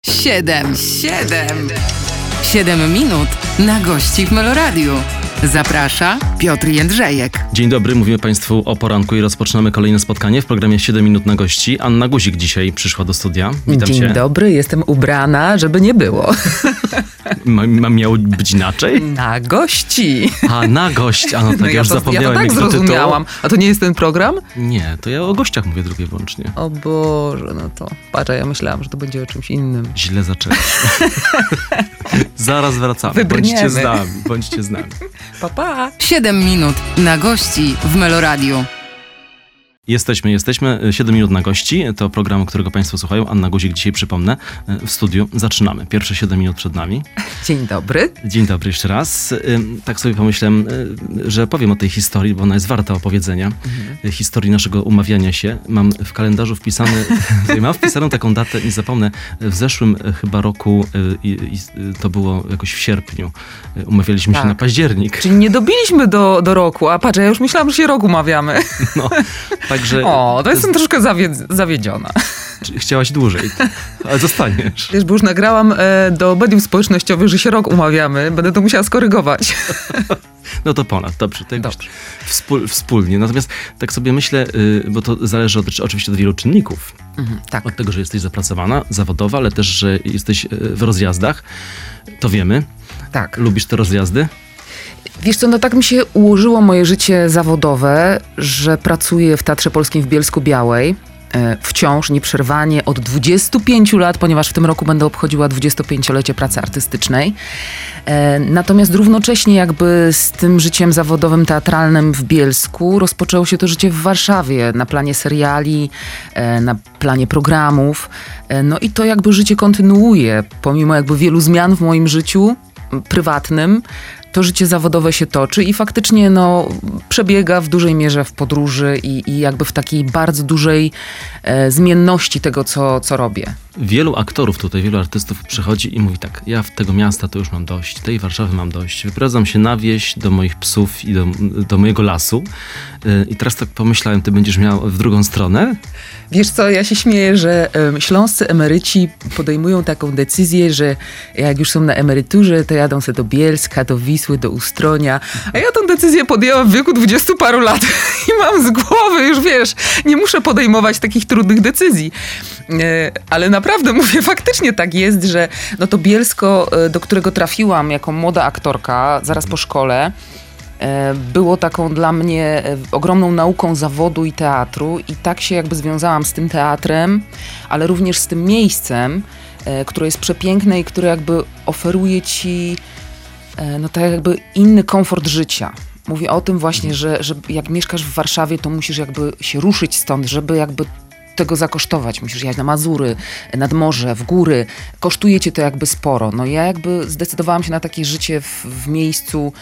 7 minut na gości w Meloradiu. Zaprasza Piotr Jędrzejek. Dzień dobry, mówimy Państwu o poranku i rozpoczynamy kolejne spotkanie w programie 7 minut na gości. Anna Guzik dzisiaj przyszła do studia. Witam cię. Dzień dobry, jestem ubrana, żeby nie było. Miało być inaczej? Na gości. A, na gość. A no tak, No ja już zapomniałem, ja to tak zrozumiałam. A to nie jest ten program? Nie, to ja o gościach mówię drugie wyłącznie. O Boże, no to patrz, ja myślałam, że to będzie o czymś innym. Źle zaczęłeś. Zaraz wracamy. Wybrniemy. Bądźcie z nami. Pa, pa. 7 minut na gości w Meloradiu. Jesteśmy. 7 minut na gości. To program, którego Państwo słuchają. Anna Guzik dzisiaj, przypomnę, w studiu. Zaczynamy. Pierwsze 7 minut przed nami. Dzień dobry. Dzień dobry jeszcze raz. Tak sobie pomyślałem, że powiem o tej historii, bo ona jest warta opowiedzenia. Historii naszego umawiania się. Mam w kalendarzu wpisaną taką datę, nie zapomnę, w zeszłym chyba roku, to było jakoś w sierpniu. Umawialiśmy się na październik. Czyli nie dobiliśmy do roku, a patrz, ja już myślałam, że się rok umawiamy. No, także... To jestem troszkę zawiedziona. Chciałaś dłużej, ale zostaniesz. Wiesz, bo już nagrałam do mediów społecznościowych, że się rok umawiamy. Będę to musiała skorygować. No to ponad, dobrze. Wspólnie. Natomiast tak sobie myślę, bo to zależy oczywiście od wielu czynników. Tak. Od tego, że jesteś zapracowana, zawodowa, ale też, że jesteś w rozjazdach. To wiemy. Tak. Lubisz te rozjazdy? Wiesz co, no tak mi się ułożyło moje życie zawodowe, że pracuję w Teatrze Polskim w Bielsku-Białej. Wciąż, nieprzerwanie od 25 lat, ponieważ w tym roku będę obchodziła 25-lecie pracy artystycznej. Natomiast równocześnie jakby z tym życiem zawodowym teatralnym w Bielsku rozpoczęło się to życie w Warszawie, na planie seriali, na planie programów. No i to jakby życie kontynuuje, pomimo jakby wielu zmian w moim życiu prywatnym. To życie zawodowe się toczy i faktycznie przebiega w dużej mierze w podróży i jakby w takiej bardzo dużej zmienności tego, co robię. Wielu aktorów tutaj, wielu artystów przychodzi i mówi tak: ja w tego miasta to już mam dość, tej Warszawy mam dość. Wyprowadzam się na wieś do moich psów i do mojego lasu. I teraz tak pomyślałem, ty będziesz miał w drugą stronę? Wiesz co, ja się śmieję, że śląscy emeryci podejmują taką decyzję, że jak już są na emeryturze, to jadą sobie do Bielska, do Wisły, do Ustronia. A ja tę decyzję podjęłam w wieku 20 paru lat i mam z głowy, już wiesz, nie muszę podejmować takich trudnych decyzji. Ale naprawdę mówię, faktycznie tak jest, że to Bielsko, do którego trafiłam jako młoda aktorka, zaraz po szkole, było taką dla mnie ogromną nauką zawodu i teatru i tak się jakby związałam z tym teatrem, ale również z tym miejscem, które jest przepiękne i które jakby oferuje ci tak jakby inny komfort życia. Mówię o tym właśnie, że jak mieszkasz w Warszawie, to musisz jakby się ruszyć stąd, żeby jakby tego zakosztować. Musisz jechać na Mazury, nad morze, w góry. Kosztuje cię to jakby sporo. Ja jakby zdecydowałam się na takie życie w miejscu,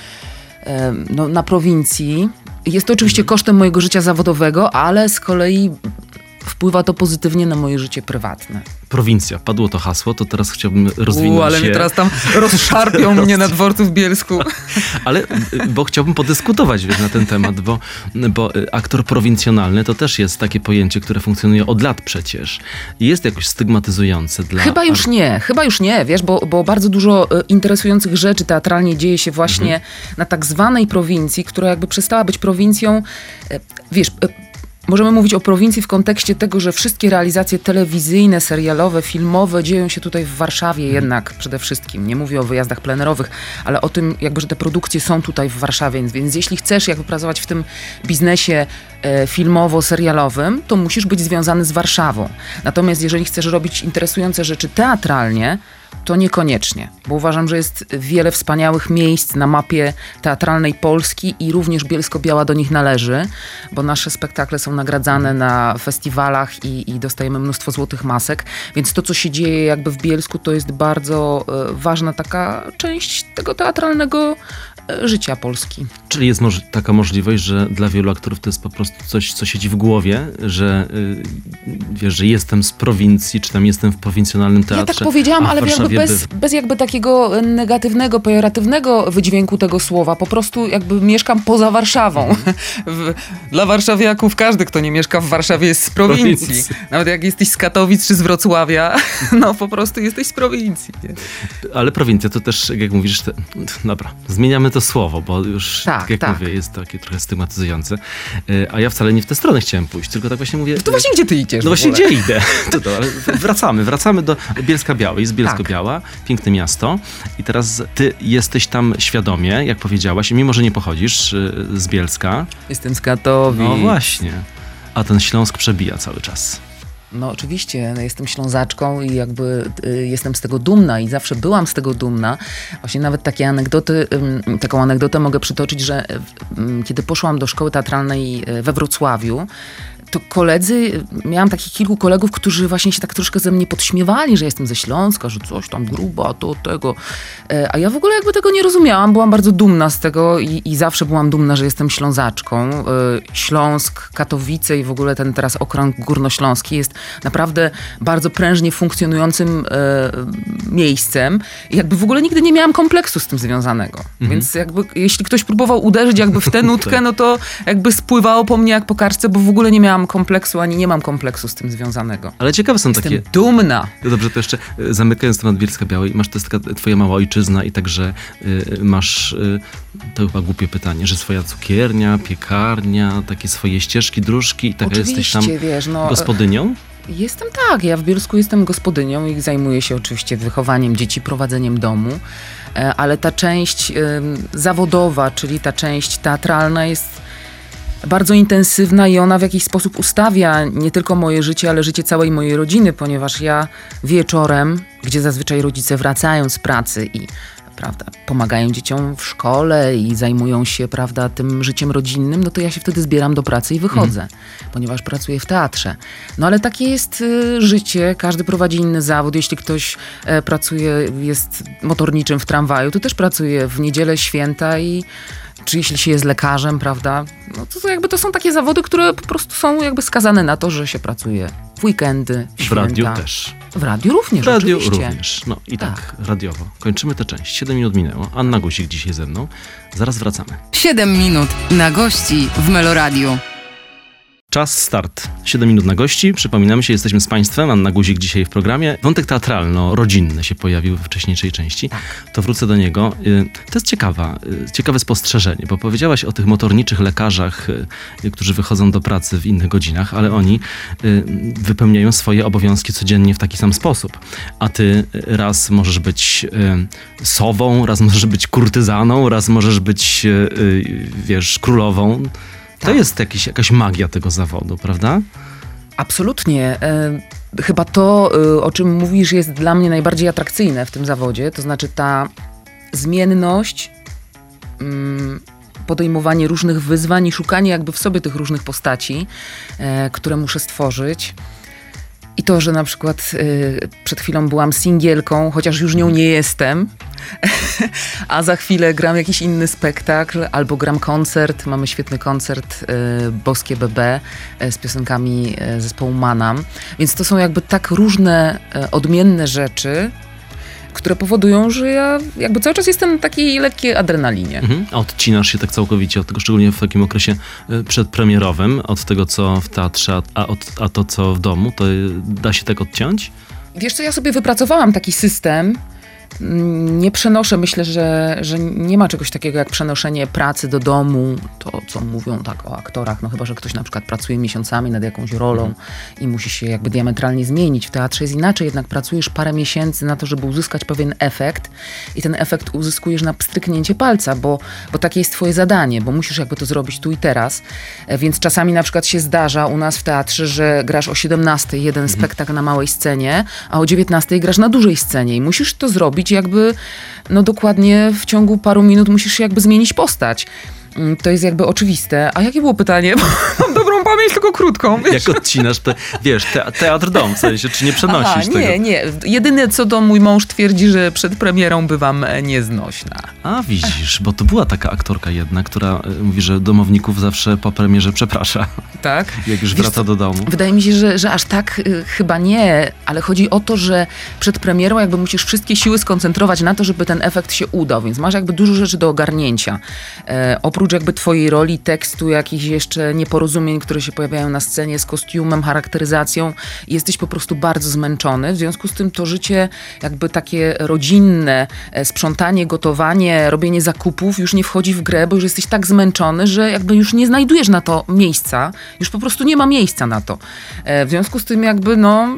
na prowincji. Jest to oczywiście kosztem mojego życia zawodowego, ale z kolei wpływa to pozytywnie na moje życie prywatne. Prowincja, padło to hasło, to teraz chciałbym rozwinąć ale się. mnie teraz tam rozszarpią mnie na dworcu w Bielsku. Ale, bo chciałbym podyskutować na ten temat, bo aktor prowincjonalny to też jest takie pojęcie, które funkcjonuje od lat przecież. I jest jakoś stygmatyzujące dla... Chyba już nie, wiesz, bo bardzo dużo interesujących rzeczy teatralnie dzieje się właśnie na tak zwanej prowincji, która jakby przestała być prowincją. Wiesz... Możemy mówić o prowincji w kontekście tego, że wszystkie realizacje telewizyjne, serialowe, filmowe dzieją się tutaj w Warszawie jednak przede wszystkim. Nie mówię o wyjazdach plenerowych, ale o tym jakby, że te produkcje są tutaj w Warszawie. Więc jeśli chcesz jakby pracować w tym biznesie filmowo-serialowym, to musisz być związany z Warszawą. Natomiast jeżeli chcesz robić interesujące rzeczy teatralnie, to niekoniecznie, bo uważam, że jest wiele wspaniałych miejsc na mapie teatralnej Polski i również Bielsko-Biała do nich należy, bo nasze spektakle są nagradzane na festiwalach i dostajemy mnóstwo złotych masek, więc to, co się dzieje jakby w Bielsku, to jest bardzo ważna taka część tego teatralnego życia Polski. Czyli jest taka możliwość, że dla wielu aktorów to jest po prostu coś, co siedzi w głowie, że wiesz, że jestem z prowincji, czy tam jestem w prowincjonalnym teatrze. Ja tak powiedziałam, ale Warszawie bez jakby takiego negatywnego, pejoratywnego wydźwięku tego słowa. Po prostu jakby mieszkam poza Warszawą. Dla warszawiaków każdy, kto nie mieszka w Warszawie, jest z prowincji. Nawet jak jesteś z Katowic czy z Wrocławia, no po prostu jesteś z prowincji. Nie? Ale prowincja to też, jak mówisz, dobra, zmieniamy to słowo, bo już, jak mówię, jest takie trochę stygmatyzujące. A ja wcale nie w tę stronę chciałem pójść, tylko tak właśnie mówię... To właśnie gdzie ty idziesz? No właśnie gdzie idę? Ale wracamy do Bielska-Białej, z Bielsko-Biała, piękne miasto. I teraz ty jesteś tam świadomie, jak powiedziałaś, mimo że nie pochodzisz z Bielska. Jestem z Katowic. No właśnie. A ten Śląsk przebija cały czas. No oczywiście, jestem Ślązaczką i jakby jestem z tego dumna i zawsze byłam z tego dumna. Właśnie nawet taką anegdotę mogę przytoczyć, że kiedy poszłam do szkoły teatralnej we Wrocławiu, to miałam takich kilku kolegów, którzy właśnie się tak troszkę ze mnie podśmiewali, że jestem ze Śląska, że coś tam gruba, to tego. A ja w ogóle jakby tego nie rozumiałam, byłam bardzo dumna z tego i zawsze byłam dumna, że jestem Ślązaczką. Śląsk, Katowice i w ogóle ten teraz okrąg górnośląski jest naprawdę bardzo prężnie funkcjonującym miejscem i jakby w ogóle nigdy nie miałam kompleksu z tym związanego. Więc jakby jeśli ktoś próbował uderzyć jakby w tę nutkę, no to jakby spływało po mnie jak po kartce, bo w ogóle nie miałam kompleksu, ani nie mam kompleksu z tym związanego. Ale ciekawe są takie... Jestem dumna. No dobrze, to jeszcze zamykając temat Bielska-Białej, to jest taka twoja mała ojczyzna i także masz, to chyba głupie pytanie, że swoja cukiernia, piekarnia, takie swoje ścieżki, dróżki i taka jesteś tam gospodynią? Jestem tak, ja w Bielsku jestem gospodynią i zajmuję się oczywiście wychowaniem dzieci, prowadzeniem domu, ale ta część zawodowa, czyli ta część teatralna jest bardzo intensywna i ona w jakiś sposób ustawia nie tylko moje życie, ale życie całej mojej rodziny, ponieważ ja wieczorem, gdzie zazwyczaj rodzice wracają z pracy i pomagają dzieciom w szkole i zajmują się, tym życiem rodzinnym, no to ja się wtedy zbieram do pracy i wychodzę, ponieważ pracuję w teatrze. No ale takie jest życie, każdy prowadzi inny zawód. Jeśli ktoś jest motorniczym w tramwaju, to też pracuje w niedzielę, święta czy jeśli się jest lekarzem, prawda, no to jakby to są takie zawody, które po prostu są jakby skazane na to, że się pracuje w weekendy, w święta. W radiu też. W radiu również, również. No i tak radiowo. Kończymy tę część. 7 minut minęło. Anna Guzik dzisiaj ze mną. Zaraz wracamy. 7 minut na gości w Meloradiu. Czas start. 7 minut na gości. Przypominamy się, jesteśmy z Państwem. Anna Guzik dzisiaj w programie. Wątek teatralno-rodzinny się pojawił we wcześniejszej części. To wrócę do niego. To jest ciekawe spostrzeżenie, bo powiedziałaś o tych motorniczych lekarzach, którzy wychodzą do pracy w innych godzinach, ale oni wypełniają swoje obowiązki codziennie w taki sam sposób. A ty raz możesz być sową, raz możesz być kurtyzaną, raz możesz być, królową. To jest jakaś magia tego zawodu, prawda? Absolutnie. Chyba to, o czym mówisz, jest dla mnie najbardziej atrakcyjne w tym zawodzie. To znaczy ta zmienność, podejmowanie różnych wyzwań i szukanie jakby w sobie tych różnych postaci, które muszę stworzyć. I to, że na przykład przed chwilą byłam singielką, chociaż już nią nie jestem, a za chwilę gram jakiś inny spektakl, albo gram koncert. Mamy świetny koncert Boskie BB z piosenkami zespołu Manam. Więc to są jakby tak różne, odmienne rzeczy, które powodują, że ja jakby cały czas jestem na takiej lekkiej adrenalinie. A odcinasz się tak całkowicie od tego, szczególnie w takim okresie przedpremierowym, od tego, co w teatrze, a to, co w domu, to da się tak odciąć? Wiesz co, ja sobie wypracowałam taki system. Nie przenoszę, myślę, że nie ma czegoś takiego jak przenoszenie pracy do domu, to co mówią tak o aktorach, no chyba, że ktoś na przykład pracuje miesiącami nad jakąś rolą i musi się jakby diametralnie zmienić. W teatrze jest inaczej, jednak pracujesz parę miesięcy na to, żeby uzyskać pewien efekt i ten efekt uzyskujesz na pstryknięcie palca, bo takie jest twoje zadanie, bo musisz jakby to zrobić tu i teraz, więc czasami na przykład się zdarza u nas w teatrze, że grasz o 17:00 jeden spektakl na małej scenie, a o 19:00 grasz na dużej scenie i musisz to zrobić jakby, no dokładnie w ciągu paru minut musisz się jakby zmienić postać. to jest jakby oczywiste. A jakie było pytanie? Mam dobrą pamięć, tylko krótką. Jak odcinasz, teatr dom, w sensie, czy nie przenosisz tego? Nie. Jedyne co to mój mąż twierdzi, że przed premierą bywam nieznośna. A widzisz, bo to była taka aktorka jedna, która mówi, że domowników zawsze po premierze przeprasza. Tak? Jak już wraca do domu. Wydaje mi się, że aż tak chyba nie, ale chodzi o to, że przed premierą jakby musisz wszystkie siły skoncentrować na to, żeby ten efekt się udał, więc masz jakby dużo rzeczy do ogarnięcia. Oprócz jakby twojej roli, tekstu, jakichś jeszcze nieporozumień, które się pojawiają na scenie z kostiumem, charakteryzacją, jesteś po prostu bardzo zmęczony. W związku z tym to życie jakby takie rodzinne, sprzątanie, gotowanie, robienie zakupów już nie wchodzi w grę, bo już jesteś tak zmęczony, że jakby już nie znajdujesz na to miejsca. Już po prostu nie ma miejsca na to. W związku z tym jakby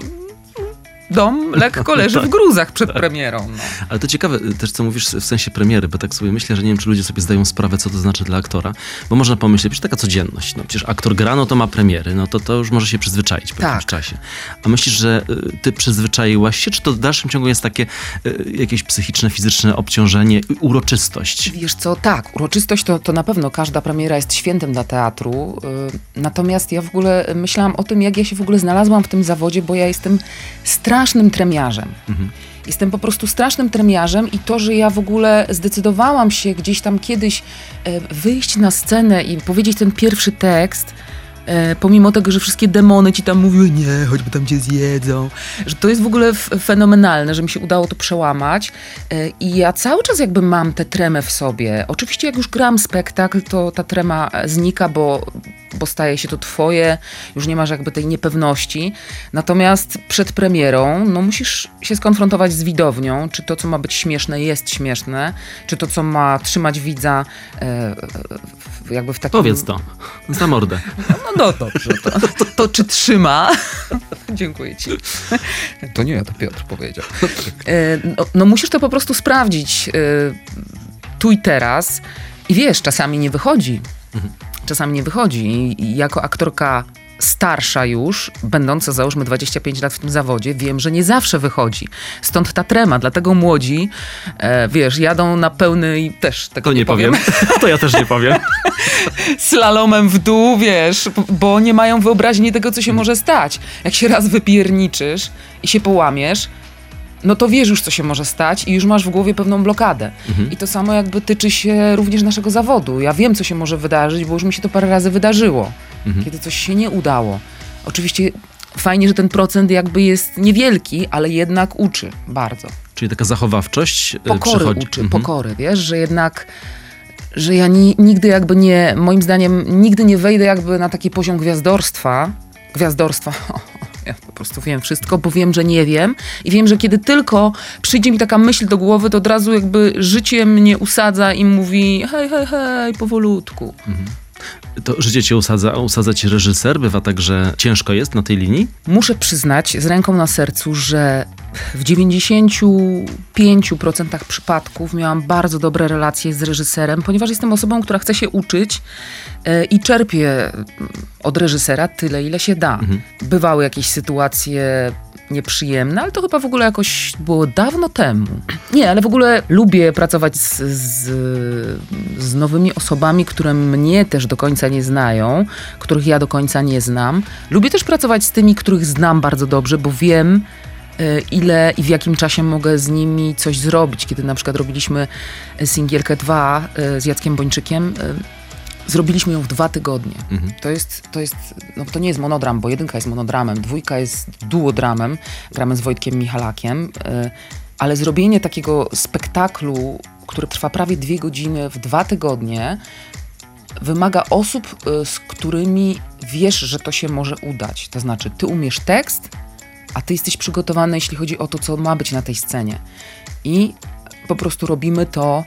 dom lekko leży w gruzach przed premierą. No. Ale to ciekawe też, co mówisz w sensie premiery, bo tak sobie myślę, że nie wiem, czy ludzie sobie zdają sprawę, co to znaczy dla aktora, bo można pomyśleć, że taka codzienność, przecież aktor gra, to ma premiery, to już może się przyzwyczaić po jakimś czasie. A myślisz, że ty przyzwyczaiłaś się, czy to w dalszym ciągu jest takie jakieś psychiczne, fizyczne obciążenie, uroczystość? Wiesz co, tak, uroczystość to na pewno każda premiera jest świętem dla teatru, natomiast ja w ogóle myślałam o tym, jak ja się w ogóle znalazłam w tym zawodzie, bo ja jestem strasznym tremiarzem. Jestem po prostu strasznym tremiarzem i to, że ja w ogóle zdecydowałam się gdzieś tam kiedyś wyjść na scenę i powiedzieć ten pierwszy tekst, pomimo tego, że wszystkie demony ci tam mówiły, nie, choćby tam cię zjedzą, że to jest w ogóle fenomenalne, że mi się udało to przełamać i ja cały czas jakby mam tę tremę w sobie. Oczywiście jak już gram spektakl, to ta trema znika, bo staje się to twoje, już nie masz jakby tej niepewności. Natomiast przed premierą, musisz się skonfrontować z widownią, czy to, co ma być śmieszne, jest śmieszne, czy to, co ma trzymać widza jakby w takim... Powiedz to, za mordę. No dobrze, to czy trzyma? Dziękuję ci. To nie ja, to Piotr powiedział. Musisz to po prostu sprawdzić tu i teraz i wiesz, czasami nie wychodzi. Czasami nie wychodzi. I jako aktorka starsza już, będąca załóżmy 25 lat w tym zawodzie, wiem, że nie zawsze wychodzi. Stąd ta trema, dlatego młodzi, jadą na pełnej, też tego to nie powiem. To ja też nie powiem. Slalomem w dół, bo nie mają wyobraźni tego, co się może stać. Jak się raz wypierniczysz i się połamiesz, to wiesz już, co się może stać i już masz w głowie pewną blokadę. I to samo jakby tyczy się również naszego zawodu. Ja wiem, co się może wydarzyć, bo już mi się to parę razy wydarzyło, kiedy coś się nie udało. Oczywiście fajnie, że ten procent jakby jest niewielki, ale jednak uczy bardzo. Czyli taka zachowawczość pokory przychodzi. Uczy, pokory, że jednak, że ja nigdy jakby nie, moim zdaniem, nigdy nie wejdę jakby na taki poziom gwiazdorstwa, ja po prostu wiem wszystko, bo wiem, że nie wiem i wiem, że kiedy tylko przyjdzie mi taka myśl do głowy, to od razu jakby życie mnie usadza i mówi hej, powolutku. To życie cię usadza ci reżyser? Bywa tak, że ciężko jest na tej linii? Muszę przyznać z ręką na sercu, że w 95% przypadków miałam bardzo dobre relacje z reżyserem, ponieważ jestem osobą, która chce się uczyć i czerpię od reżysera tyle, ile się da. Bywały jakieś sytuacje nieprzyjemne, ale to chyba w ogóle jakoś było dawno temu. Nie, ale w ogóle lubię pracować z nowymi osobami, które mnie też do końca nie znają, których ja do końca nie znam. Lubię też pracować z tymi, których znam bardzo dobrze, bo wiem, ile i w jakim czasie mogę z nimi coś zrobić. Kiedy na przykład robiliśmy Singielkę 2 z Jackiem Bończykiem, zrobiliśmy ją w 2 tygodnie. To nie jest monodram, bo 1 jest monodramem, 2 jest duodramem, gramy z Wojtkiem Michalakiem, ale zrobienie takiego spektaklu, który trwa prawie 2 godziny w 2 tygodnie, wymaga osób, z którymi wiesz, że to się może udać. To znaczy, ty umiesz tekst, a ty jesteś przygotowany, jeśli chodzi o to, co ma być na tej scenie. I po prostu robimy to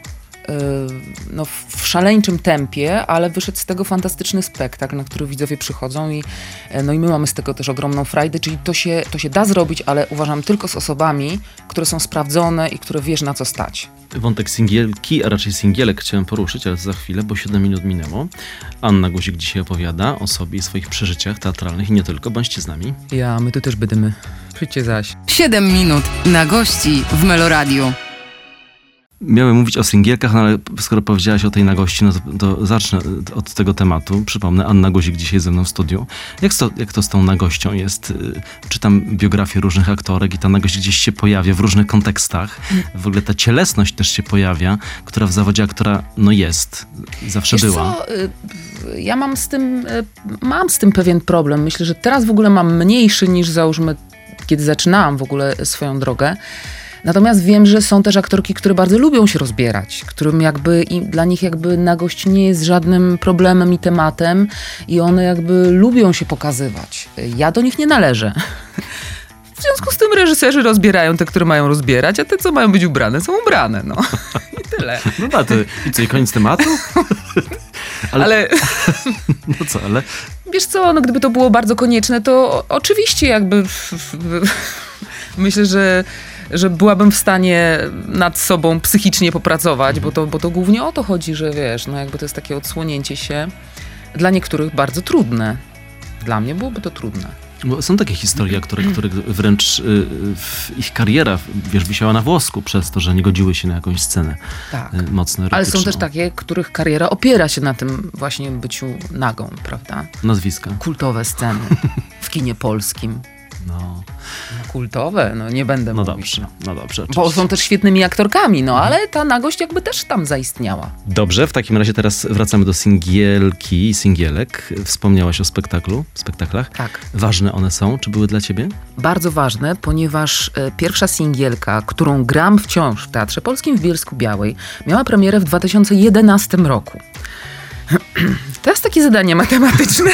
w szaleńczym tempie, ale wyszedł z tego fantastyczny spektakl, na który widzowie przychodzą i my mamy z tego też ogromną frajdę, czyli to się da zrobić, ale uważam tylko z osobami, które są sprawdzone i które wiesz, na co stać. Wątek singielki, a raczej singielek chciałem poruszyć, ale za chwilę, bo 7 minut minęło. Anna Guzik dzisiaj opowiada o sobie i swoich przeżyciach teatralnych i nie tylko. Bądźcie z nami. My tu też będziemy. Przyjdźcie zaś. 7 minut na gości w Meloradiu. Miałem mówić o singielkach, no ale skoro powiedziałaś o tej nagości, no to zacznę od tego tematu. Przypomnę, Anna Guzik dzisiaj ze mną w studiu. Jak to z tą nagością jest? Czytam biografię różnych aktorek i ta nagość gdzieś się pojawia w różnych kontekstach. W ogóle ta cielesność też się pojawia, która w zawodzie aktora jest, zawsze Wiesz była. co? Ja mam z tym pewien problem. Myślę, że teraz w ogóle mam mniejszy niż załóżmy, kiedy zaczynałam w ogóle swoją drogę. Natomiast wiem, że są też aktorki, które bardzo lubią się rozbierać, którym dla nich nagość nie jest żadnym problemem i tematem i one lubią się pokazywać. Ja do nich nie należę. W związku z tym reżyserzy rozbierają te, które mają rozbierać, a te, co mają być ubrane, są ubrane. No. I tyle. No tak, i co, i koniec tematu? Ale... No co, ale... Wiesz co, gdyby to było bardzo konieczne, to oczywiście myślę, że byłabym w stanie nad sobą psychicznie popracować, bo to głównie o to chodzi, że wiesz, to jest takie odsłonięcie się dla niektórych bardzo trudne. Dla mnie byłoby to trudne. Bo są takie historie aktorek, których wręcz ich kariera, wisiała na włosku przez to, że nie godziły się na jakąś scenę mocno erotyczną. Ale są też takie, których kariera opiera się na tym właśnie byciu nagą, prawda? Nazwiska. Kultowe sceny w kinie polskim. No. Kultowe, nie będę mówić. No dobrze. Oczywiście. Bo są też świetnymi aktorkami, ale ta nagość też tam zaistniała. Dobrze, w takim razie teraz wracamy do singielki i singielek. Wspomniałaś o spektaklach. Tak. Ważne one są? Czy były dla ciebie? Bardzo ważne, ponieważ pierwsza singielka, którą gram wciąż w Teatrze Polskim w Bielsku-Białej, miała premierę w 2011 roku. To jest takie zadanie matematyczne.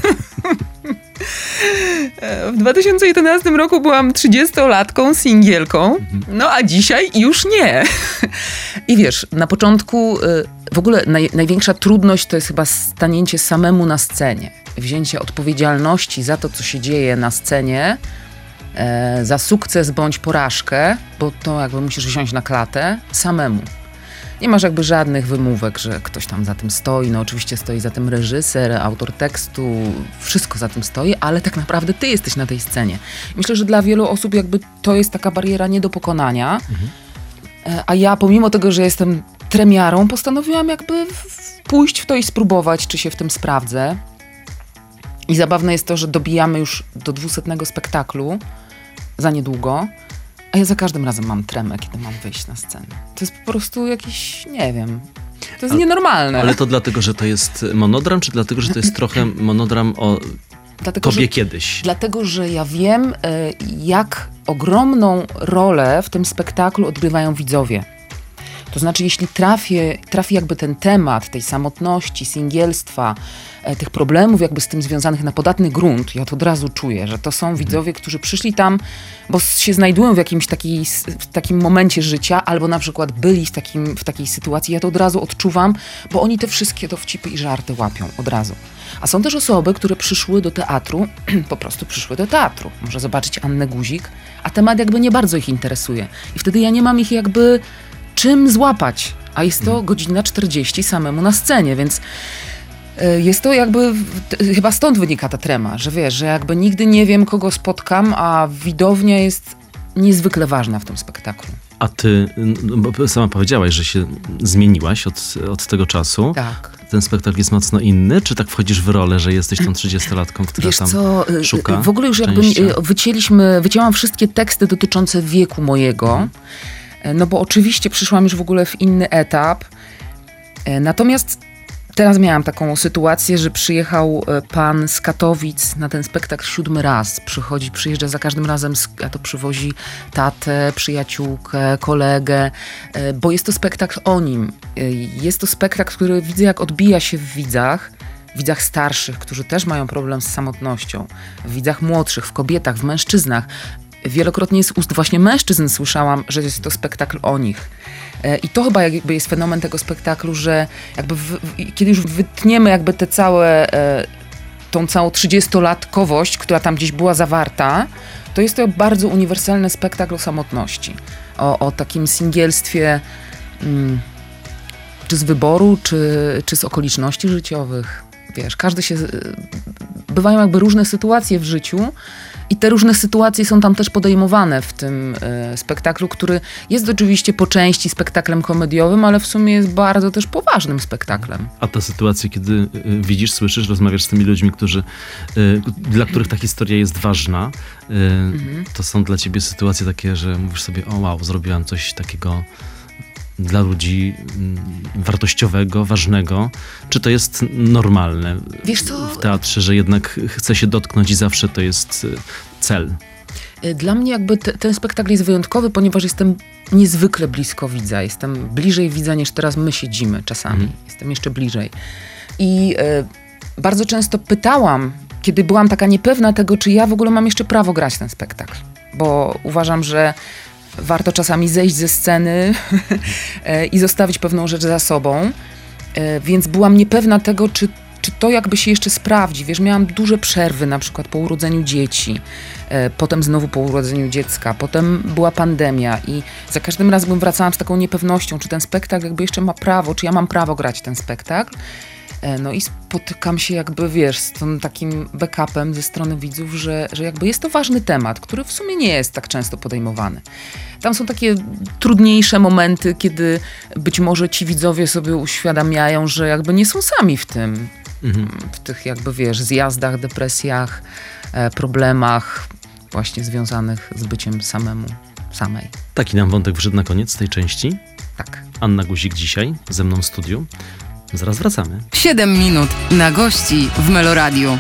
W 2011 roku byłam 30-latką, singielką, a dzisiaj już nie. I wiesz, na początku w ogóle największa trudność to jest chyba stanięcie samemu na scenie. Wzięcie odpowiedzialności za to, co się dzieje na scenie, za sukces bądź porażkę, bo to musisz wziąć na klatę samemu. Nie masz żadnych wymówek, że ktoś tam za tym stoi. Oczywiście stoi za tym reżyser, autor tekstu, wszystko za tym stoi, ale tak naprawdę ty jesteś na tej scenie. Myślę, że dla wielu osób to jest taka bariera nie do pokonania, a ja pomimo tego, że jestem tremiarą, postanowiłam pójść w to i spróbować, czy się w tym sprawdzę. I zabawne jest to, że dobijamy już do 200 spektaklu za niedługo. A ja za każdym razem mam tremę, kiedy mam wyjść na scenę. To jest po prostu jakiś, nie wiem, to jest nienormalne. Ale to dlatego, że to jest monodram, czy dlatego, że to jest trochę monodram o tobie kiedyś? Dlatego, że ja wiem, jak ogromną rolę w tym spektaklu odgrywają widzowie. To znaczy, jeśli trafi ten temat tej samotności, singielstwa, tych problemów z tym związanych na podatny grunt, ja to od razu czuję, że to są widzowie, którzy przyszli tam, bo się znajdują w jakimś takim momencie życia, albo na przykład byli w takiej sytuacji, ja to od razu odczuwam, bo oni te wszystkie dowcipy i żarty łapią od razu. A są też osoby, które przyszły do teatru, po prostu przyszły do teatru. Może zobaczyć Annę Guzik, a temat nie bardzo ich interesuje. I wtedy ja nie mam ich czym złapać, a jest to godzina 40 samemu na scenie, więc jest to chyba stąd wynika ta trema, że wiesz, że nigdy nie wiem, kogo spotkam, a widownia jest niezwykle ważna w tym spektaklu. A ty, bo sama powiedziałaś, że się zmieniłaś od tego czasu. Tak. Ten spektakl jest mocno inny? Czy tak wchodzisz w rolę, że jesteś tą 30-latką, która wiesz tam co, szuka w ogóle już wycięłam wszystkie teksty dotyczące wieku mojego, bo oczywiście przyszłam już w ogóle w inny etap. Natomiast teraz miałam taką sytuację, że przyjechał pan z Katowic na ten spektakl 7. raz. Przyjeżdża za każdym razem, a to przywozi tatę, przyjaciółkę, kolegę, bo jest to spektakl o nim. Jest to spektakl, który widzę, jak odbija się w widzach starszych, którzy też mają problem z samotnością, w widzach młodszych, w kobietach, w mężczyznach. Wielokrotnie z ust właśnie mężczyzn słyszałam, że jest to spektakl o nich. I to chyba jest fenomen tego spektaklu, że kiedy już wytniemy tą całą 30-latkowość, która tam gdzieś była zawarta, to jest to bardzo uniwersalny spektakl o samotności. O takim singielstwie, czy z wyboru, czy z okoliczności życiowych. Wiesz, bywają różne sytuacje w życiu I te różne sytuacje są tam też podejmowane w tym spektaklu, który jest oczywiście po części spektaklem komediowym, ale w sumie jest bardzo też poważnym spektaklem. A te sytuacje, kiedy widzisz, słyszysz, rozmawiasz z tymi ludźmi, dla których ta historia jest ważna, to są dla ciebie sytuacje takie, że mówisz sobie, o wow, zrobiłam coś takiego dla ludzi wartościowego, ważnego. Czy to jest normalne Wiesz co? w teatrze, że jednak chce się dotknąć i zawsze to jest cel? Dla mnie jakby ten spektakl jest wyjątkowy, ponieważ jestem niezwykle blisko widza. Jestem bliżej widza niż teraz my siedzimy czasami. Jestem jeszcze bliżej. I bardzo często pytałam, kiedy byłam taka niepewna tego, czy ja w ogóle mam jeszcze prawo grać ten spektakl. Bo uważam, że warto czasami zejść ze sceny i zostawić pewną rzecz za sobą. Więc byłam niepewna tego, czy to jakby się jeszcze sprawdzi. Wiesz, miałam duże przerwy, na przykład po urodzeniu dzieci, potem znowu po urodzeniu dziecka, potem była pandemia i za każdym razem wracałam z taką niepewnością, czy ten spektakl jakby jeszcze ma prawo, czy ja mam prawo grać ten spektakl. No i spotykam się jakby, wiesz, z tym takim backupem ze strony widzów, że jakby jest to ważny temat, który w sumie nie jest tak często podejmowany. Tam są takie trudniejsze momenty, kiedy być może ci widzowie sobie uświadamiają, że jakby nie są sami w tym, w tych jakby, wiesz, zjazdach, depresjach, problemach właśnie związanych z byciem samej. Taki nam wątek wszedł na koniec tej części. Tak. Anna Guzik dzisiaj ze mną w studiu. Zaraz wracamy. 7 minut na gości w Meloradiu.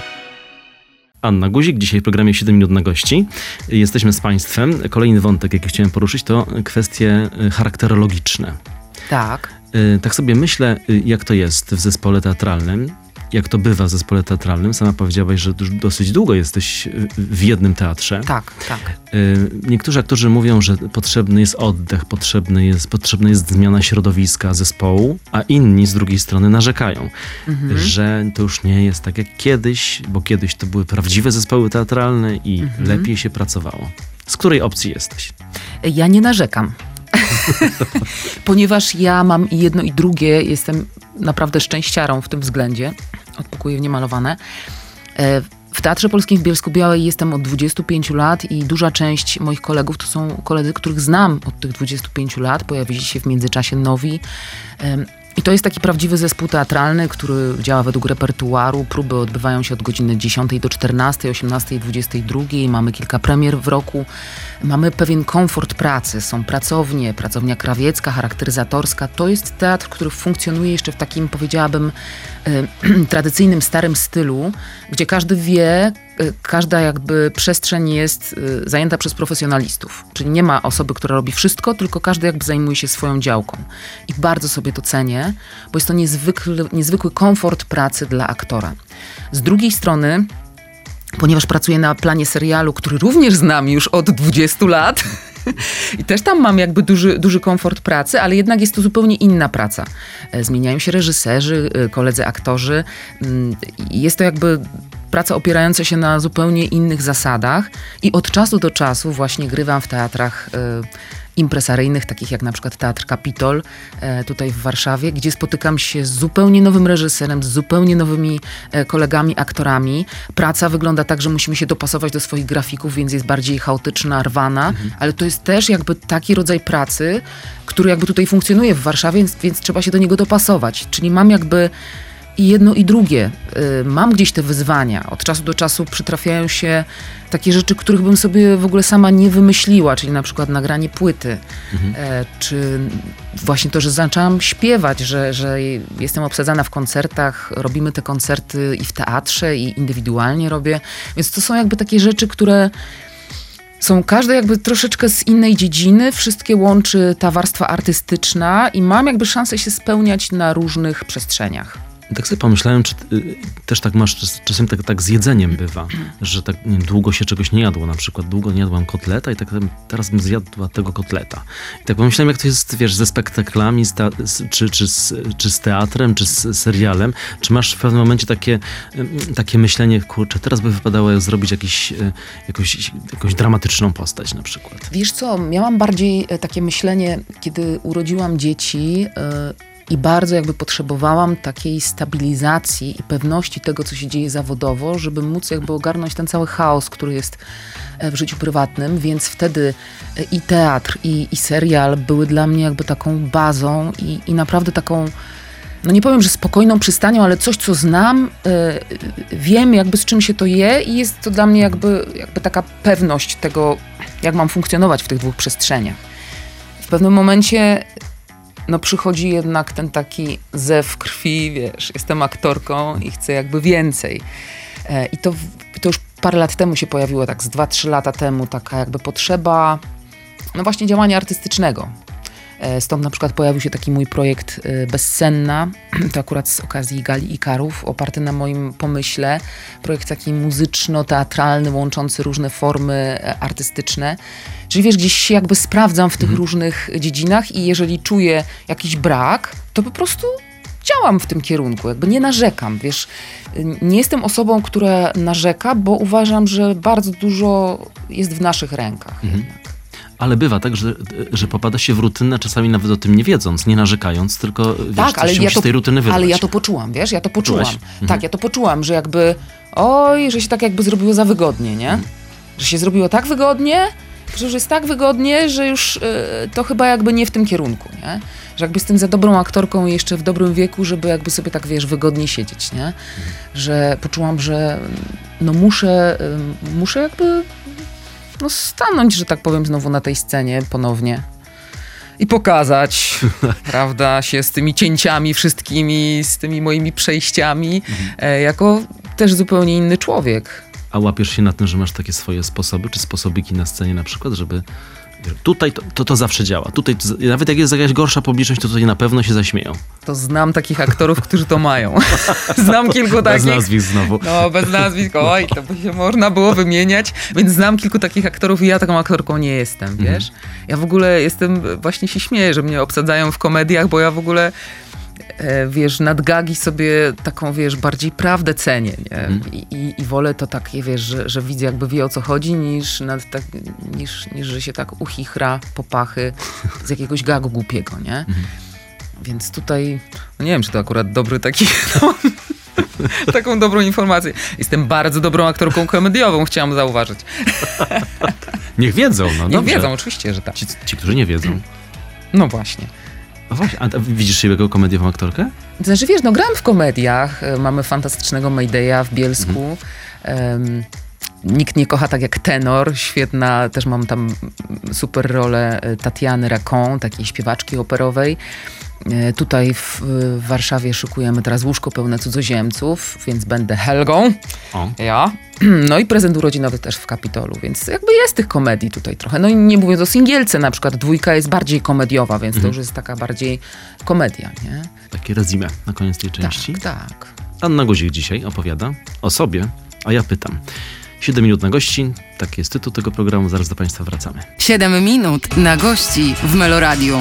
Anna Guzik, dzisiaj w programie 7 minut na gości. Jesteśmy z Państwem. Kolejny wątek, jaki chciałem poruszyć, to kwestie charakterologiczne. Tak. Tak sobie myślę, jak to jest w zespole teatralnym, jak to bywa w zespole teatralnym. Sama powiedziałaś, że dosyć długo jesteś w jednym teatrze. Tak. Niektórzy aktorzy mówią, że potrzebny jest oddech, potrzebna jest zmiana środowiska zespołu, a inni z drugiej strony narzekają, że to już nie jest tak jak kiedyś, bo kiedyś to były prawdziwe zespoły teatralne i lepiej się pracowało. Z której opcji jesteś? Ja nie narzekam. Ponieważ ja mam i jedno i drugie, jestem naprawdę szczęściarą w tym względzie. Odpakuję w niemalowane. W Teatrze Polskim w Bielsku-Białej jestem od 25 lat i duża część moich kolegów to są koledzy, których znam od tych 25 lat. Pojawili się w międzyczasie nowi. I to jest taki prawdziwy zespół teatralny, który działa według repertuaru. Próby odbywają się od godziny 10 do 14, 18, 22. Mamy kilka premier w roku. Mamy pewien komfort pracy. Są pracownie, pracownia krawiecka, charakteryzatorska. To jest teatr, który funkcjonuje jeszcze w takim, powiedziałabym, tradycyjnym, starym stylu, gdzie każdy wie, każda jakby przestrzeń jest zajęta przez profesjonalistów. Czyli nie ma osoby, która robi wszystko, tylko każdy jakby zajmuje się swoją działką. I bardzo sobie to cenię, bo jest to niezwykły komfort pracy dla aktora. Z drugiej strony, ponieważ pracuję na planie serialu, który również znam już od 20 lat, i też tam mam jakby duży komfort pracy, ale jednak jest to zupełnie inna praca. Zmieniają się reżyserzy, koledzy aktorzy. Jest to jakby praca opierająca się na zupełnie innych zasadach i od czasu do czasu właśnie grywam w teatrach impresaryjnych, takich jak na przykład Teatr Kapitol tutaj w Warszawie, gdzie spotykam się z zupełnie nowym reżyserem, z zupełnie nowymi kolegami, aktorami. Praca wygląda tak, że musimy się dopasować do swoich grafików, więc jest bardziej chaotyczna, rwana, ale to jest też jakby taki rodzaj pracy, który jakby tutaj funkcjonuje w Warszawie, więc trzeba się do niego dopasować. Czyli mam jakby i jedno i drugie. Mam gdzieś te wyzwania. Od czasu do czasu przytrafiają się takie rzeczy, których bym sobie w ogóle sama nie wymyśliła, czyli na przykład nagranie płyty, czy właśnie to, że zaczęłam śpiewać, że jestem obsadzana w koncertach, robimy te koncerty i w teatrze, i indywidualnie robię. Więc to są jakby takie rzeczy, które są każde jakby troszeczkę z innej dziedziny, wszystkie łączy ta warstwa artystyczna i mam jakby szansę się spełniać na różnych przestrzeniach. Tak sobie pomyślałem, czy też tak masz, czasem tak z jedzeniem bywa, że tak nie wiem, długo się czegoś nie jadło, na przykład długo nie jadłam kotleta i tak teraz bym zjadła tego kotleta. I tak pomyślałem, jak to jest, wiesz, ze spektaklami, czy z teatrem, czy z serialem. Czy masz w pewnym momencie takie myślenie, kurczę, teraz by wypadało zrobić jakąś dramatyczną postać na przykład? Wiesz co, miałam bardziej takie myślenie, kiedy urodziłam dzieci, i bardzo jakby potrzebowałam takiej stabilizacji i pewności tego, co się dzieje zawodowo, żeby móc jakby ogarnąć ten cały chaos, który jest w życiu prywatnym, więc wtedy i teatr, i serial były dla mnie jakby taką bazą i naprawdę taką, no nie powiem, że spokojną przystanią, ale coś, co znam, wiem jakby z czym się to je i jest to dla mnie jakby taka pewność tego, jak mam funkcjonować w tych dwóch przestrzeniach. W pewnym momencie no przychodzi jednak ten taki zew krwi, wiesz, jestem aktorką i chcę jakby więcej. I to już parę lat temu się pojawiło, tak z 2-3 lata temu, taka jakby potrzeba, no właśnie działania artystycznego. Stąd na przykład pojawił się taki mój projekt Bezsenna, to akurat z okazji Gali Ikarów, oparty na moim pomyśle. Projekt taki muzyczno-teatralny, łączący różne formy artystyczne. Czyli wiesz, gdzieś się jakby sprawdzam w tych różnych dziedzinach i jeżeli czuję jakiś brak, to po prostu działam w tym kierunku, jakby nie narzekam, wiesz. Nie jestem osobą, która narzeka, bo uważam, że bardzo dużo jest w naszych rękach. Ale bywa tak, że popada się w rutynę, czasami nawet o tym nie wiedząc, nie narzekając, tylko wiesz, tak, ale się z tej rutyny wyrwać. Ale ja to poczułam, wiesz, ja to poczułam. Czułaś? Tak, ja to poczułam, że jakby, że się tak jakby zrobiło za wygodnie, nie? Że się zrobiło tak wygodnie, że już jest tak wygodnie, że już to chyba jakby nie w tym kierunku, nie? Że jakby jestem za dobrą aktorką i jeszcze w dobrym wieku, żeby jakby sobie tak, wiesz, wygodnie siedzieć, nie? Że poczułam, że no muszę jakby no stanąć, że tak powiem, znowu na tej scenie ponownie i pokazać, prawda, się z tymi cięciami wszystkimi, z tymi moimi przejściami, jako też zupełnie inny człowiek. A łapiesz się na tym, że masz takie swoje sposoby, czy sposobiki na scenie na przykład, żeby tutaj to zawsze działa. Tutaj nawet jak jest jakaś gorsza publiczność, to tutaj na pewno się zaśmieją. To znam takich aktorów, którzy to mają. Znam kilku takich. Bez nazwisk znowu. No, bez nazwisk. Oj, to by się można było wymieniać. Więc znam kilku takich aktorów i ja taką aktorką nie jestem, wiesz? Ja w ogóle właśnie się śmieję, że mnie obsadzają w komediach, bo ja w ogóle wiesz, nad gagi sobie taką, wiesz, bardziej prawdę cenię, nie? I wolę to takie, wiesz, że widz jakby wie, o co chodzi, niż że się tak uchichra po pachy z jakiegoś gagu głupiego, nie? Więc tutaj, no nie wiem, czy to akurat dobry taki... taką dobrą informację. Jestem bardzo dobrą aktorką komediową, chciałam zauważyć. Niech wiedzą, no Niech dobrze. wiedzą, oczywiście, że tak. Ci, którzy nie wiedzą. No właśnie. A właśnie, a widzisz siebie jako komediową aktorkę? Znaczy, wiesz, no gram w komediach. Mamy fantastycznego Maydaya w Bielsku. Nikt nie kocha tak jak tenor. Świetna, też mam tam super rolę Tatiany Racon, takiej śpiewaczki operowej. Tutaj w Warszawie szykujemy teraz Łóżko pełne cudzoziemców, więc będę Helgą. Ja. No i prezent urodzinowy też w Kapitolu, więc jakby jest tych komedii tutaj trochę. No i nie mówiąc o Singielce na przykład, 2 jest bardziej komediowa, więc to już jest taka bardziej komedia, nie? Takie rezime na koniec tej części. Tak. Anna Guzik dzisiaj opowiada o sobie, a ja pytam. 7 minut na gości, taki jest tytuł tego programu, zaraz do Państwa wracamy. 7 minut na gości w Meloradiu.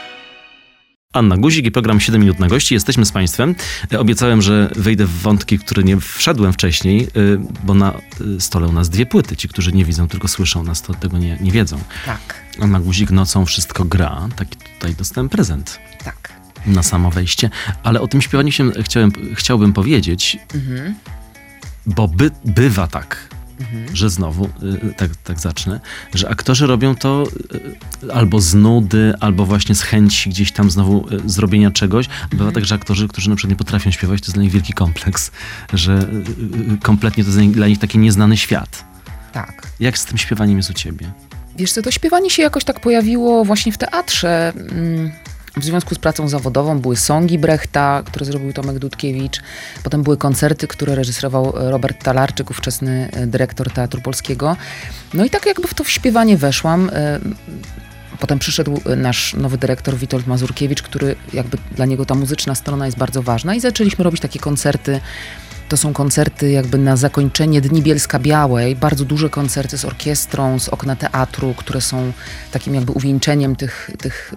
Anna Guzik i program 7 minut na gości. Jesteśmy z Państwem. Obiecałem, że wejdę w wątki, w które nie wszedłem wcześniej, bo na stole u nas 2 płyty. Ci, którzy nie widzą, tylko słyszą nas, to tego nie wiedzą. Tak. Anna Guzik nocą wszystko gra. Taki tutaj dostałem prezent. Tak. Na samo wejście. Ale o tym śpiewaniu się chciałbym powiedzieć, bo bywa tak, że znowu, tak zacznę, że aktorzy robią to albo z nudy, albo właśnie z chęci gdzieś tam znowu zrobienia czegoś. Bywa tak, że aktorzy, którzy na przykład nie potrafią śpiewać, to jest dla nich wielki kompleks, że kompletnie to jest dla nich taki nieznany świat. Tak. Jak z tym śpiewaniem jest u ciebie? Wiesz co, to śpiewanie się jakoś tak pojawiło właśnie w teatrze. W związku z pracą zawodową były songi Brechta, które zrobił Tomek Dudkiewicz. Potem były koncerty, które reżyserował Robert Talarczyk, ówczesny dyrektor Teatru Polskiego. No i tak jakby w to śpiewanie weszłam. Potem przyszedł nasz nowy dyrektor Witold Mazurkiewicz, który jakby dla niego ta muzyczna strona jest bardzo ważna i zaczęliśmy robić takie koncerty. To są koncerty jakby na zakończenie Dni Bielska-Białej, bardzo duże koncerty z orkiestrą, z okna teatru, które są takim jakby uwieńczeniem tych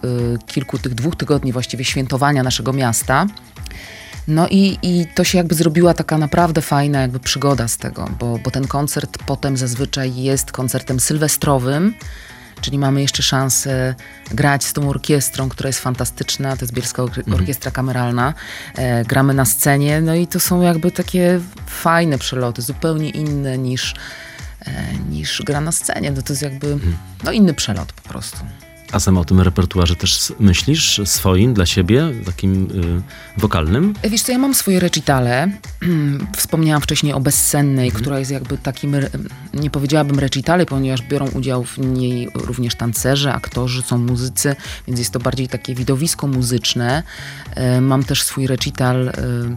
2 tygodni właściwie świętowania naszego miasta. No i to się jakby zrobiła taka naprawdę fajna jakby przygoda z tego, bo ten koncert potem zazwyczaj jest koncertem sylwestrowym, Czyli mamy jeszcze szansę grać z tą orkiestrą, która jest fantastyczna. To jest Bielska Orkiestra Kameralna. Gramy na scenie, no i to są jakby takie fajne przeloty, zupełnie inne niż gra na scenie. No to jest jakby inny przelot po prostu. A sama o tym repertuarze też myślisz? Swoim, dla siebie, takim wokalnym? Wiesz co, ja mam swoje recitale. Wspomniałam wcześniej o Bezsennej, która jest jakby takim, nie powiedziałabym recitale, ponieważ biorą udział w niej również tancerze, aktorzy, są muzycy, więc jest to bardziej takie widowisko muzyczne. Mam też swój recital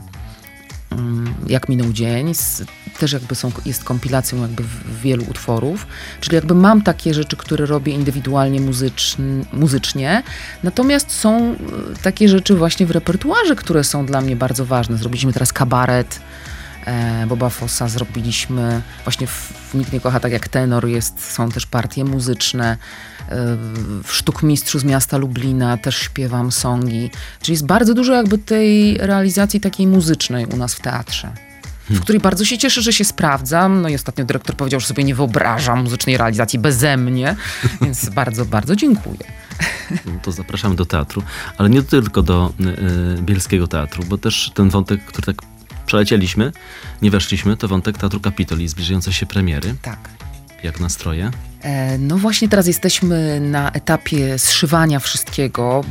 Jak minął dzień, też jakby jest kompilacją jakby wielu utworów, czyli jakby mam takie rzeczy, które robię indywidualnie muzycznie, natomiast są takie rzeczy właśnie w repertuarze, które są dla mnie bardzo ważne. Zrobiliśmy teraz kabaret Boba Fossa, zrobiliśmy właśnie w Nikt nie kocha tak jak tenor, są też partie muzyczne. W Sztukmistrzu z miasta Lublina też śpiewam songi. Czyli jest bardzo dużo jakby tej realizacji takiej muzycznej u nas w teatrze, w której bardzo się cieszę, że się sprawdzam. No i ostatnio dyrektor powiedział, że sobie nie wyobrażam muzycznej realizacji beze mnie, więc bardzo, bardzo dziękuję. No to zapraszamy do teatru, ale nie tylko do Bielskiego Teatru, bo też ten wątek, który tak przelecieliśmy, nie weszliśmy, to wątek Teatru Kapitol i zbliżające się premiery. Tak. Jak nastroje? No właśnie teraz jesteśmy na etapie zszywania wszystkiego,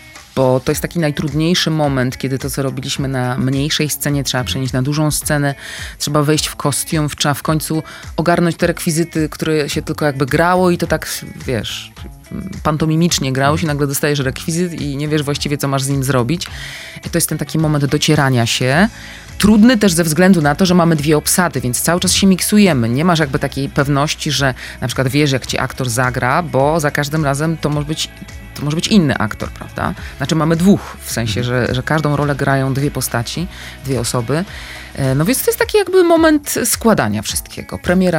bo to jest taki najtrudniejszy moment, kiedy to, co robiliśmy na mniejszej scenie, trzeba przenieść na dużą scenę, trzeba wejść w kostium, trzeba w końcu ogarnąć te rekwizyty, które się tylko jakby grało i to tak, wiesz, pantomimicznie grało się, nagle dostajesz rekwizyt i nie wiesz właściwie, co masz z nim zrobić. I to jest ten taki moment docierania się. Trudny też ze względu na to, że mamy dwie obsady, więc cały czas się miksujemy. Nie masz jakby takiej pewności, że na przykład wiesz, jak ci aktor zagra, bo za każdym razem to może być inny aktor, prawda? Znaczy mamy dwóch, w sensie, że każdą rolę grają dwie postaci, dwie osoby. No więc to jest taki jakby moment składania wszystkiego. Premiera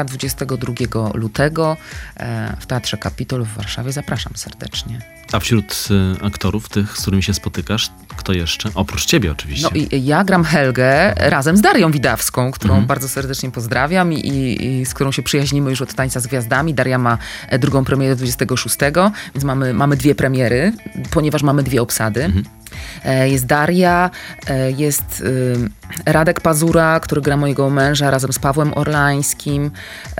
22 lutego w Teatrze Kapitol w Warszawie. Zapraszam serdecznie. A wśród aktorów, tych, z którymi się spotykasz, kto jeszcze? Oprócz ciebie oczywiście. No i ja gram Helgę razem z Darią Widawską, którą bardzo serdecznie pozdrawiam i z którą się przyjaźnimy już od Tańca z Gwiazdami. Daria ma drugą premierę 26, więc mamy dwie premiery, ponieważ mamy dwie obsady. Jest Daria, jest Radek Pazura, który gra mojego męża razem z Pawłem Orlańskim,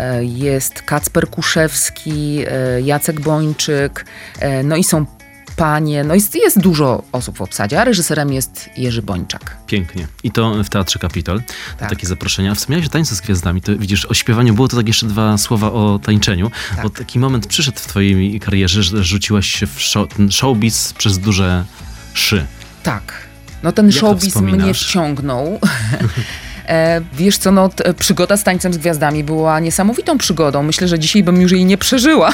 jest Kacper Kuszewski, Jacek Bończyk, no i są panie, no jest dużo osób w obsadzie, a reżyserem jest Jerzy Bończak. Pięknie. I to w Teatrze Kapitol. Tak. Takie zaproszenia. Wspomniałeś o Tańcu z Gwiazdami. To widzisz, o śpiewaniu było to tak jeszcze dwa słowa o tańczeniu, Tak. bo taki moment przyszedł w twojej karierze, że rzuciłaś się w ten showbiz przez duże szy. Tak. No ten Jak to showbiz wspominasz? mnie wciągnął. Wiesz co, przygoda z Tańcem z Gwiazdami była niesamowitą przygodą. Myślę, że dzisiaj bym już jej nie przeżyła.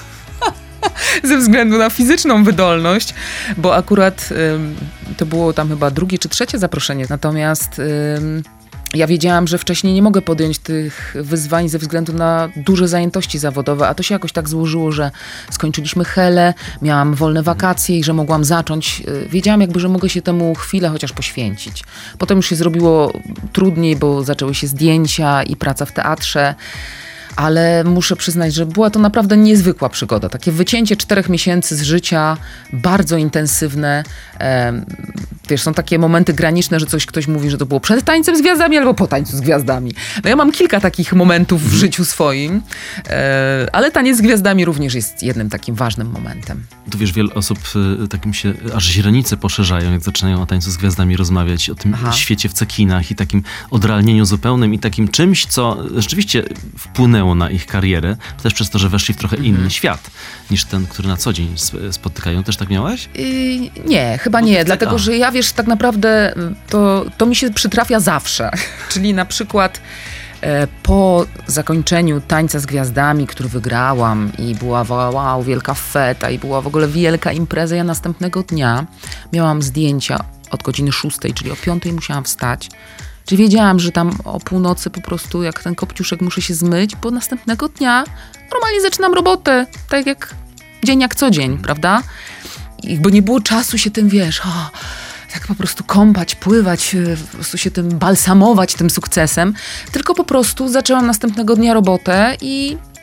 Ze względu na fizyczną wydolność, bo akurat to było tam chyba drugie czy trzecie zaproszenie. Natomiast ja wiedziałam, że wcześniej nie mogę podjąć tych wyzwań ze względu na duże zajętości zawodowe, a to się jakoś tak złożyło, że skończyliśmy Helę, miałam wolne wakacje i że mogłam zacząć. Wiedziałam jakby, że mogę się temu chwilę chociaż poświęcić. Potem już się zrobiło trudniej, bo zaczęły się zdjęcia i praca w teatrze. Ale muszę przyznać, że była to naprawdę niezwykła przygoda. Takie wycięcie 4 miesięcy z życia, bardzo intensywne. Wiesz, są takie momenty graniczne, że ktoś mówi, że to było przed Tańcem z Gwiazdami albo po Tańcu z Gwiazdami. No ja mam kilka takich momentów w życiu swoim, ale Taniec z Gwiazdami również jest jednym takim ważnym momentem. Tu wiesz, wiele osób takim się aż źrenice poszerzają, jak zaczynają o Tańcu z Gwiazdami rozmawiać, o tym świecie w cekinach i takim odrealnieniu zupełnym i takim czymś, co rzeczywiście wpłynęło na ich karierę, też przez to, że weszli w trochę inny świat niż ten, który na co dzień spotykają. Też tak miałaś? Nie, chyba nie, dlatego że ja wiesz, tak naprawdę to mi się przytrafia zawsze. Czyli na przykład po zakończeniu Tańca z Gwiazdami, który wygrałam i była wow, wielka feta i była w ogóle wielka impreza, ja następnego dnia miałam zdjęcia od godziny 6, czyli o 5 musiałam wstać. Czyli wiedziałam, że tam o północy po prostu jak ten kopciuszek muszę się zmyć, bo następnego dnia normalnie zaczynam robotę, tak jak dzień jak co dzień, prawda? I bo nie było czasu się tym, wiesz, tak po prostu kąpać, pływać, po prostu się tym balsamować tym sukcesem, tylko po prostu zaczęłam następnego dnia robotę i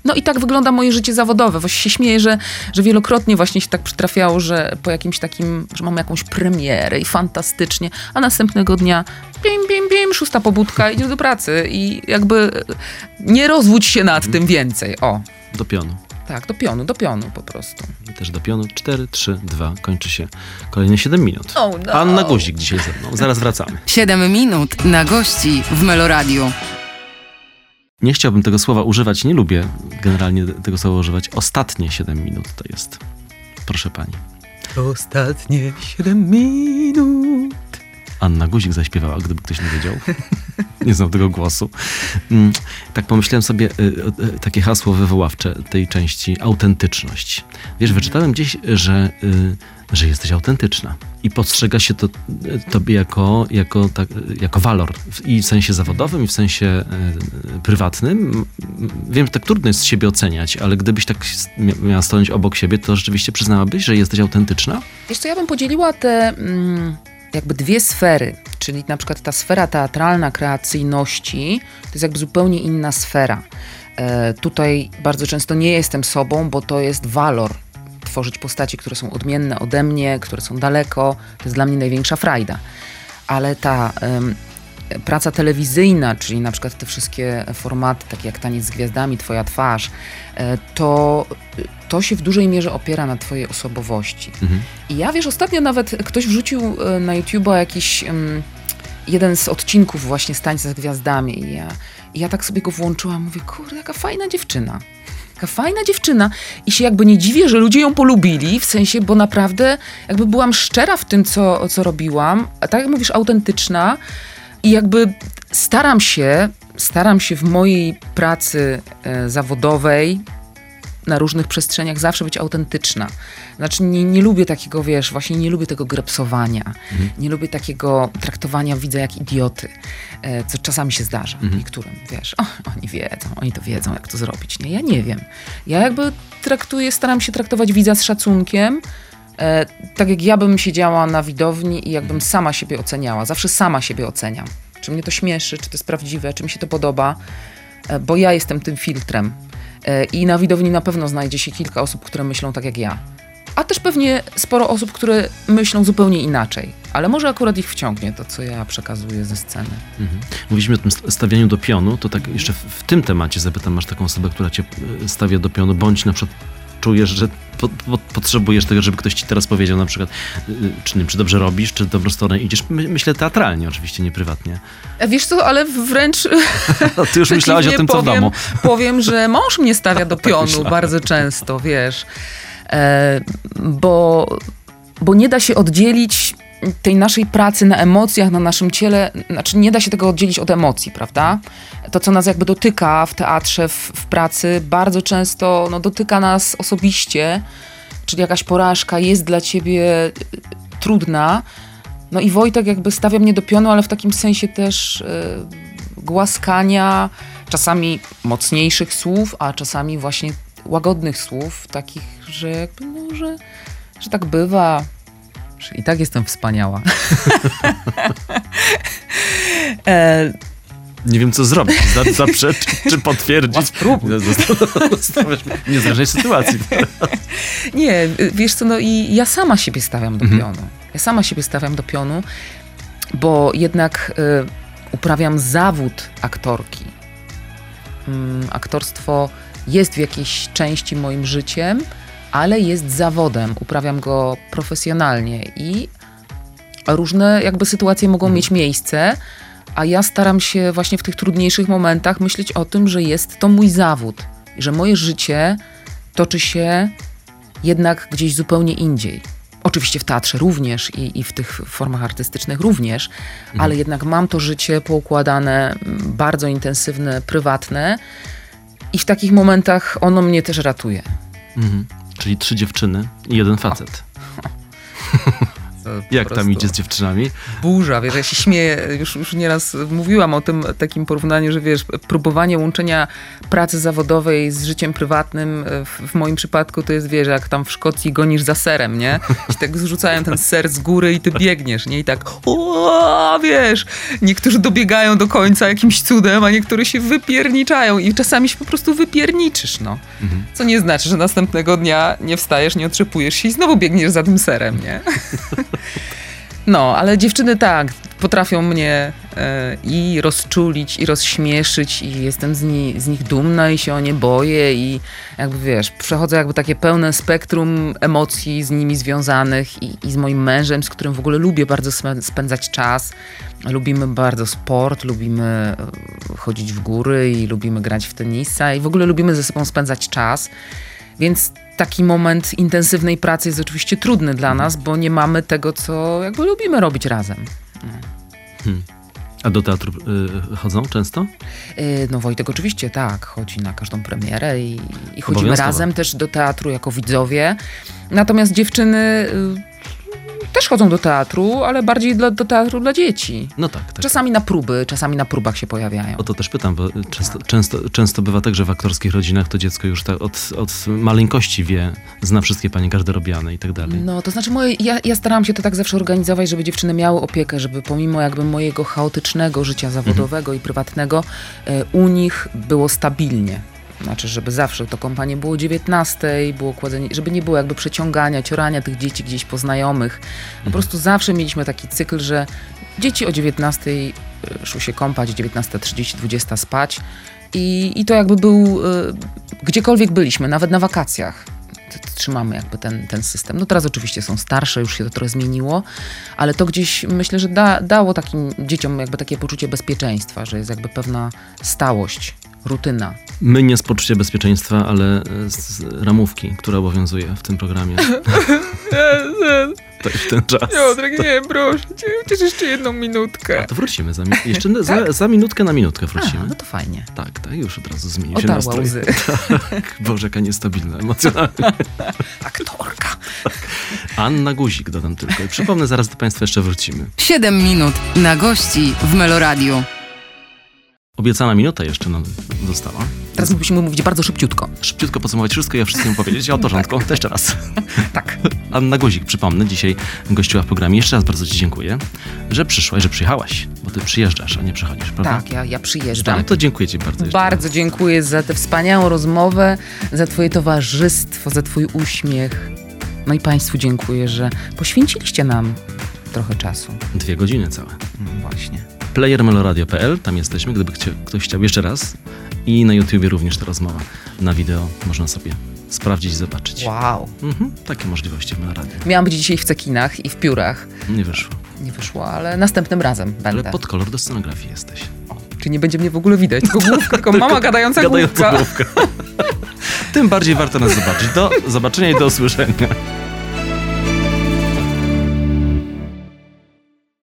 No i tak wygląda moje życie zawodowe. Właśnie się śmieję, że wielokrotnie właśnie się tak przytrafiało, że po jakimś takim, że mam jakąś premierę i fantastycznie, a następnego dnia bim, 6 pobudka, idziesz do pracy i jakby nie rozwódź się nad tym więcej. O. Do pionu. Tak, do pionu po prostu. Też do pionu. 4, 3, 2. Kończy się kolejne 7 minut. Oh no. Anna Guzik dzisiaj ze mną. Zaraz wracamy. 7 minut na gości w Meloradiu. Nie chciałbym tego słowa używać, nie lubię generalnie tego słowa używać. Ostatnie 7 minut to jest. Proszę pani. Ostatnie 7 minut. Anna Guzik zaśpiewała, gdyby ktoś nie wiedział. Nie znam tego głosu. Tak pomyślałem sobie, takie hasło wywoławcze tej części, autentyczność. Wiesz, wyczytałem gdzieś, że jesteś autentyczna i postrzega się to tobie jako walor i w sensie zawodowym, i w sensie prywatnym. Wiem, że tak trudno jest siebie oceniać, ale gdybyś tak miała stanąć obok siebie, to rzeczywiście przyznałabyś, że jesteś autentyczna? Wiesz co, ja bym podzieliła te jakby dwie sfery, czyli na przykład ta sfera teatralna, kreacyjności, to jest jakby zupełnie inna sfera. Tutaj bardzo często nie jestem sobą, bo to jest walor. Tworzyć postaci, które są odmienne ode mnie, które są daleko, to jest dla mnie największa frajda. Ale ta praca telewizyjna, czyli na przykład te wszystkie formaty, takie jak Taniec z Gwiazdami, Twoja twarz, to się w dużej mierze opiera na twojej osobowości. I ja, wiesz, ostatnio nawet ktoś wrzucił na YouTube'a jakiś jeden z odcinków właśnie z Tańca z Gwiazdami i ja tak sobie go włączyłam, mówię, kurde, jaka fajna dziewczyna. Taka fajna dziewczyna. I się jakby nie dziwię, że ludzie ją polubili, w sensie, bo naprawdę jakby byłam szczera w tym, co robiłam, a tak jak mówisz, autentyczna i jakby staram się w mojej pracy zawodowej na różnych przestrzeniach zawsze być autentyczna. Znaczy nie lubię takiego, wiesz, właśnie nie lubię tego grepsowania. Nie lubię takiego traktowania widza jak idioty, co czasami się zdarza niektórym, wiesz. Oni to wiedzą, jak to zrobić. Nie, ja nie wiem. Ja jakby staram się traktować widza z szacunkiem, tak jak ja bym siedziała na widowni i jakbym sama siebie oceniała. Zawsze sama siebie oceniam. Czy mnie to śmieszy, czy to jest prawdziwe, czy mi się to podoba, bo ja jestem tym filtrem. I na widowni na pewno znajdzie się kilka osób, które myślą tak jak ja. A też pewnie sporo osób, które myślą zupełnie inaczej. Ale może akurat ich wciągnie to, co ja przekazuję ze sceny. Mówiliśmy o tym stawianiu do pionu, to tak jeszcze w tym temacie zapytam, masz taką osobę, która cię stawia do pionu, bądź na przykład czujesz, że potrzebujesz tego, żeby ktoś ci teraz powiedział na przykład, czy dobrze robisz, czy w dobrą stronę idziesz. Myślę teatralnie oczywiście, nie prywatnie. Wiesz co, ale wręcz ty już myślałaś o tym, co w domu. Powiem, że mąż mnie stawia do pionu bardzo często, wiesz. Bo nie da się oddzielić tej naszej pracy na emocjach, na naszym ciele, znaczy nie da się tego oddzielić od emocji, prawda? To, co nas jakby dotyka w teatrze, w pracy, bardzo często dotyka nas osobiście, czyli jakaś porażka jest dla ciebie trudna. No i Wojtek jakby stawia mnie do pionu, ale w takim sensie też głaskania, czasami mocniejszych słów, a czasami właśnie łagodnych słów, takich, że jakby, że tak bywa. I tak jestem wspaniała. Nie wiem, co zrobić. Zaprzeczyć, czy potwierdzić. Nie zrażaj sytuacji. Nie, wiesz co, i ja sama siebie stawiam do pionu. Ja sama siebie stawiam do pionu, bo jednak uprawiam zawód aktorki. Aktorstwo jest w jakiejś części moim życiem, ale jest zawodem. Uprawiam go profesjonalnie i różne jakby sytuacje mogą mieć miejsce, a ja staram się właśnie w tych trudniejszych momentach myśleć o tym, że jest to mój zawód i że moje życie toczy się jednak gdzieś zupełnie indziej. Oczywiście w teatrze również i w tych formach artystycznych również, ale jednak mam to życie poukładane, bardzo intensywne, prywatne i w takich momentach ono mnie też ratuje. Czyli 3 dziewczyny i 1 facet. Po Jak tam prostu idzie z dziewczynami? burza, wiesz, ja się śmieję, już nieraz mówiłam o tym takim porównaniu, że wiesz, próbowanie łączenia pracy zawodowej z życiem prywatnym, w moim przypadku to jest, wiesz, jak tam w Szkocji gonisz za serem, nie? I tak zrzucają ten ser z góry i ty biegniesz, nie? I tak, wiesz, niektórzy dobiegają do końca jakimś cudem, a niektórzy się wypierniczają i czasami się po prostu wypierniczysz, no. Co nie znaczy, że następnego dnia nie wstajesz, nie otrzepujesz się i znowu biegniesz za tym serem, nie? No, ale dziewczyny tak, potrafią mnie i rozczulić, i rozśmieszyć i jestem z nich dumna i się o nie boję i jakby wiesz, przechodzę jakby takie pełne spektrum emocji z nimi związanych i z moim mężem, z którym w ogóle lubię bardzo spędzać czas. Lubimy bardzo sport, lubimy chodzić w góry i lubimy grać w tenisa i w ogóle lubimy ze sobą spędzać czas. Więc taki moment intensywnej pracy jest oczywiście trudny dla nas, bo nie mamy tego, co jakby lubimy robić razem. A do teatru chodzą często? No Wojtek oczywiście tak, chodzi na każdą premierę i chodzimy Obowiązkowo. razem też do teatru jako widzowie. Natomiast dziewczyny też chodzą do teatru, ale bardziej do teatru dla dzieci. No tak. Czasami na próby, czasami na próbach się pojawiają. O to też pytam, bo często bywa tak, że w aktorskich rodzinach to dziecko już tak od maleńkości zna wszystkie panie garderobiane i tak dalej. No, to znaczy ja starałam się to tak zawsze organizować, żeby dziewczyny miały opiekę, żeby pomimo jakby mojego chaotycznego życia zawodowego i prywatnego, u nich było stabilnie. Znaczy, żeby zawsze to kompanie było o 19:00, było kładzenie, żeby nie było jakby przeciągania, ciorania tych dzieci gdzieś po znajomych. Po prostu zawsze mieliśmy taki cykl, że dzieci o 19:00 szły się kąpać, 19:30, 20:00 spać i to jakby był, gdziekolwiek byliśmy, nawet na wakacjach. Trzymamy jakby ten system. No teraz oczywiście są starsze, już się to trochę zmieniło, ale to gdzieś myślę, że dało takim dzieciom jakby takie poczucie bezpieczeństwa, że jest jakby pewna stałość, rutyna. My nie z poczucia bezpieczeństwa, ale z ramówki, która obowiązuje w tym programie. To jest ten czas. Piotrek, nie, proszę cię, chociaż jeszcze jedną minutkę. A to wrócimy. Jeszcze za minutkę na minutkę wrócimy. No to fajnie. Tak, już od razu zmieni się Otarła nastrój. łzy. Tak, Boże, jaka niestabilna emocjonalnie. Aktorka. Anna Guzik dodam tylko. I przypomnę, zaraz do Państwa jeszcze wrócimy. 7 minut na gości w Meloradiu. Obiecana minuta jeszcze nam została. Teraz musimy mówić bardzo szybciutko. Szybciutko podsumować wszystko i o wszystkim powiedzieć. O porządku. To jeszcze raz. Tak. Anna Guzik, przypomnę, dzisiaj gościła w programie. Jeszcze raz bardzo Ci dziękuję, że przyszłaś, że przyjechałaś, bo Ty przyjeżdżasz, a nie przychodzisz, prawda? Tak, ja przyjeżdżam. No to dziękuję Ci bardzo. jeszcze Bardzo dziękuję za tę wspaniałą rozmowę, za Twoje towarzystwo, za Twój uśmiech. No i Państwu dziękuję, że poświęciliście nam trochę czasu. 2 godziny całe. Właśnie. playermeloradio.pl, tam jesteśmy, gdyby ktoś chciał jeszcze raz. I na YouTubie również ta rozmowa na wideo można sobie sprawdzić i zobaczyć. Wow. Takie możliwości w Meloradiu. Miałam być dzisiaj w cekinach i w piórach. Nie wyszło. Nie wyszło, ale następnym razem będę. Ale pod kolor do scenografii jesteś. Czy nie będzie mnie w ogóle widać? Tylko główka, tylko mama gadająca główka. Tym bardziej warto nas zobaczyć. Do zobaczenia i do usłyszenia.